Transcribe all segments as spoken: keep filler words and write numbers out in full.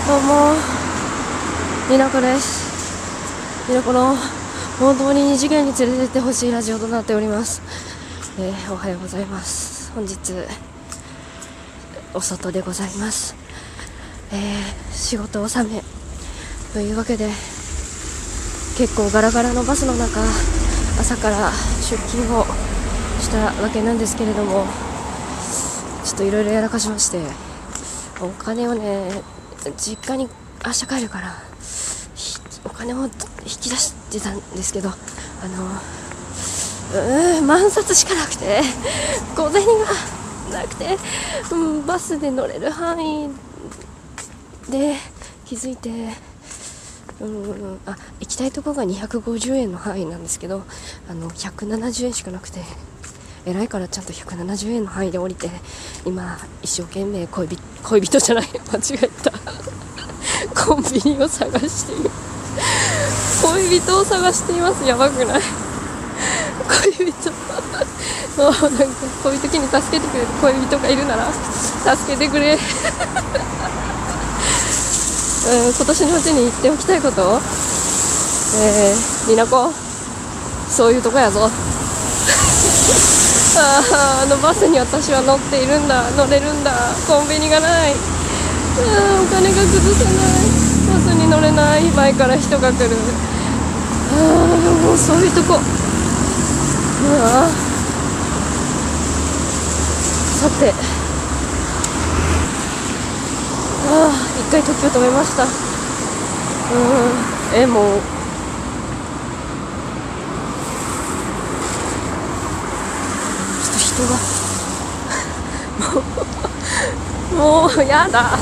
どうも、みなこです。みなこの本当に二次元に連れてってほしいラジオとなっております。えー、おはようございます。本日お外でございます。えー、仕事納めというわけで、結構ガラガラのバスの中、朝から出勤をしたわけなんですけれども、ちょっといろいろやらかしまして、お金をね、実家に明日帰るからお金を引き出してたんですけど、あのうーん万札しかなくて小銭がなくて、うん、バスで乗れる範囲で気づいて、うん、あ行きたいところがにひゃくごじゅうえんの範囲なんですけど、あのひゃくななじゅうえんしかなくて、偉いからちゃんとひゃくななじゅうえんの範囲で降りて、今一生懸命恋人恋人じゃない間違えたコンビニを探している恋人を探しています。やばくない？恋人もうなんかこういう時に助けてくれる恋人がいるなら助けてくれうん、今年のうちに言っておきたいこと、えー、みなこそういうとこやぞあ, あのバスに私は乗っているんだ、乗れるんだ、コンビニがない、あお金が崩せない、バスに乗れない、前から人が来る、あもうそういうとこ、あさて、あ一回時を止めました。うんえもう人がもうもうやだ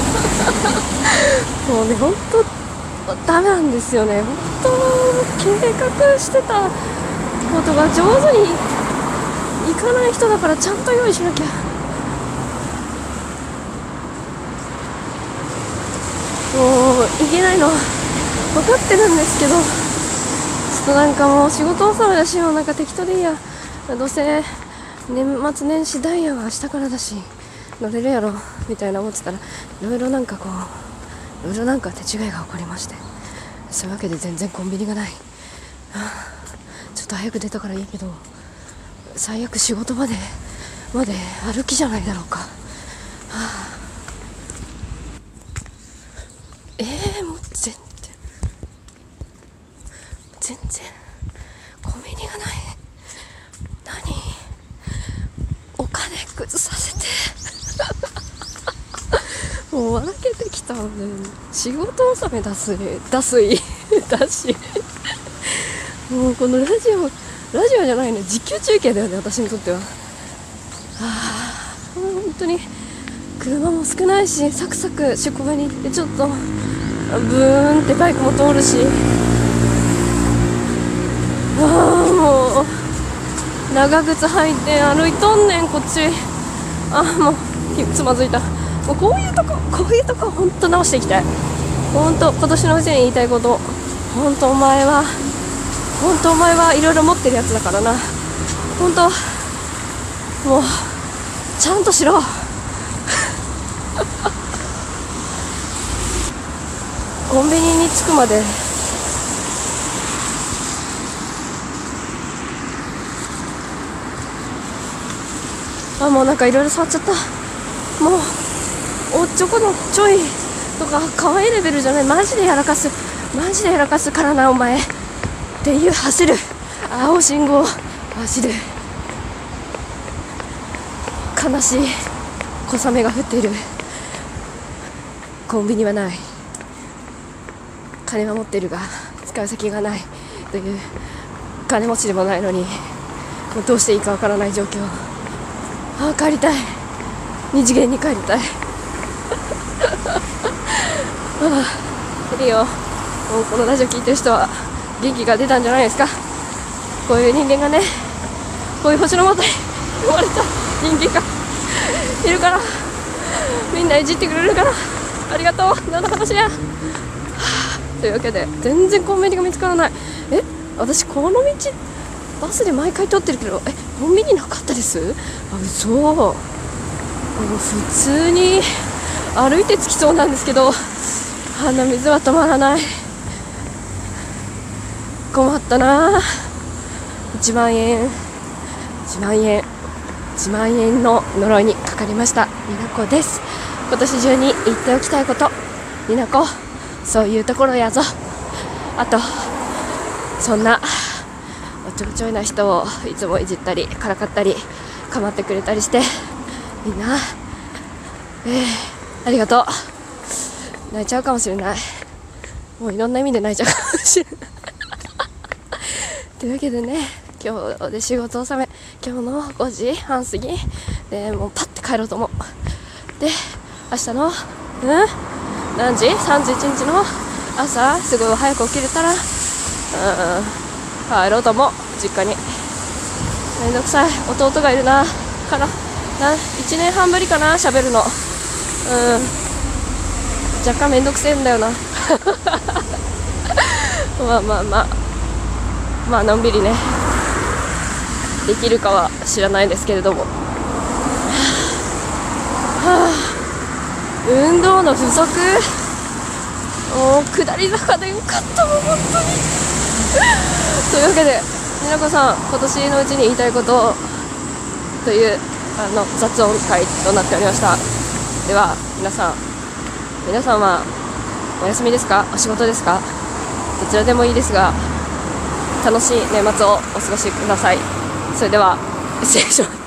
もうね本当ダメなんですよね。本当計画してたことが上手にいかない人だから、ちゃんと用意しなきゃ。もういけないの分かってるんですけど、ちょっとなんかもう仕事納めだし、もうなんか適当でいいや、どうせ年末年始ダイヤは明日からだし乗れるやろみたいな思ってたら、いろいろなんかこういろいろなんか手違いが起こりまして、そういうわけで全然コンビニがない、はあ、ちょっと早く出たからいいけど、最悪仕事までまで歩きじゃないだろうか、はあ、えー、もう全然全然コンビニがない。何お金崩させてもう笑けてきたんで、仕事納め出す出すいだしもうこのラジオラジオじゃないね、実況中継だよね、私にとっては。はあ、本当に車も少ないし、サクサク職場に行って、ちょっとブーンってバイクも通るし、ああもう長靴履いて歩いとんねんこっち。あもうつまずいた。もうこういうとここういうとこ本当直していきたい。本当今年のうちに言いたいこと、本当お前は本当お前はいろいろ持ってるやつだからな、本当もうちゃんとしろコンビニに着くまであもうなんかいろいろ触っちゃった。もうおっちょこのちょいとか可愛いレベルじゃない、マジでやらかすマジでやらかすからなお前っていう、走る青信号走る、悲しい小雨が降っている、コンビニはない、金は持っているが使う先がないという、金持ちでもないのにもうどうしていいかわからない状況。あ帰りたい、二次元に帰りたいああいいよ、もうこのラジオ聞いてる人は元気が出たんじゃないですか。こういう人間がね、こういう星の下に生まれた人間がいるから、みんないじってくれるからありがとう、何の話や、はあ、というわけで全然コンビニが見つからない。え私この道バスで毎回通ってるけど、えコンビニなかったです？あ嘘、普通に歩いて着きそうなんですけど、 鼻水は止まらない。困ったな。いちまんえんいちまんえんいちまんえんの呪いにかかりました。りなこです。今年中に言っておきたいこと、りなこそういうところやぞ。あとそんなおちょろちょいな人をいつもいじったりからかったり構ってくれたりしてみんな、えー、ありがとう。泣いちゃうかもしれない。もういろんな意味で泣いちゃうかもしれないというわけでね、今日で仕事納め、今日のごじはん過ぎでもうパッて帰ろうと思う。で明日のうん何時さんじゅういちにちの朝すごい早く起きれたら、うん、帰ろうと思う。実家に。めんどくさい弟がいるなからないちねんはんぶりかな喋るの。うん若干めんどくせえんだよなまあまあまあまあのんびりねできるかは知らないですけれども、はあ、運動の不足、もう下り坂でよかったもん本当にというわけでりなこさん、今年のうちに言いたいことというあの雑音会となっておりました。では皆さん皆さんはお休みですか、お仕事ですか、どちらでもいいですが楽しい年末をお過ごしください。それでは失礼します。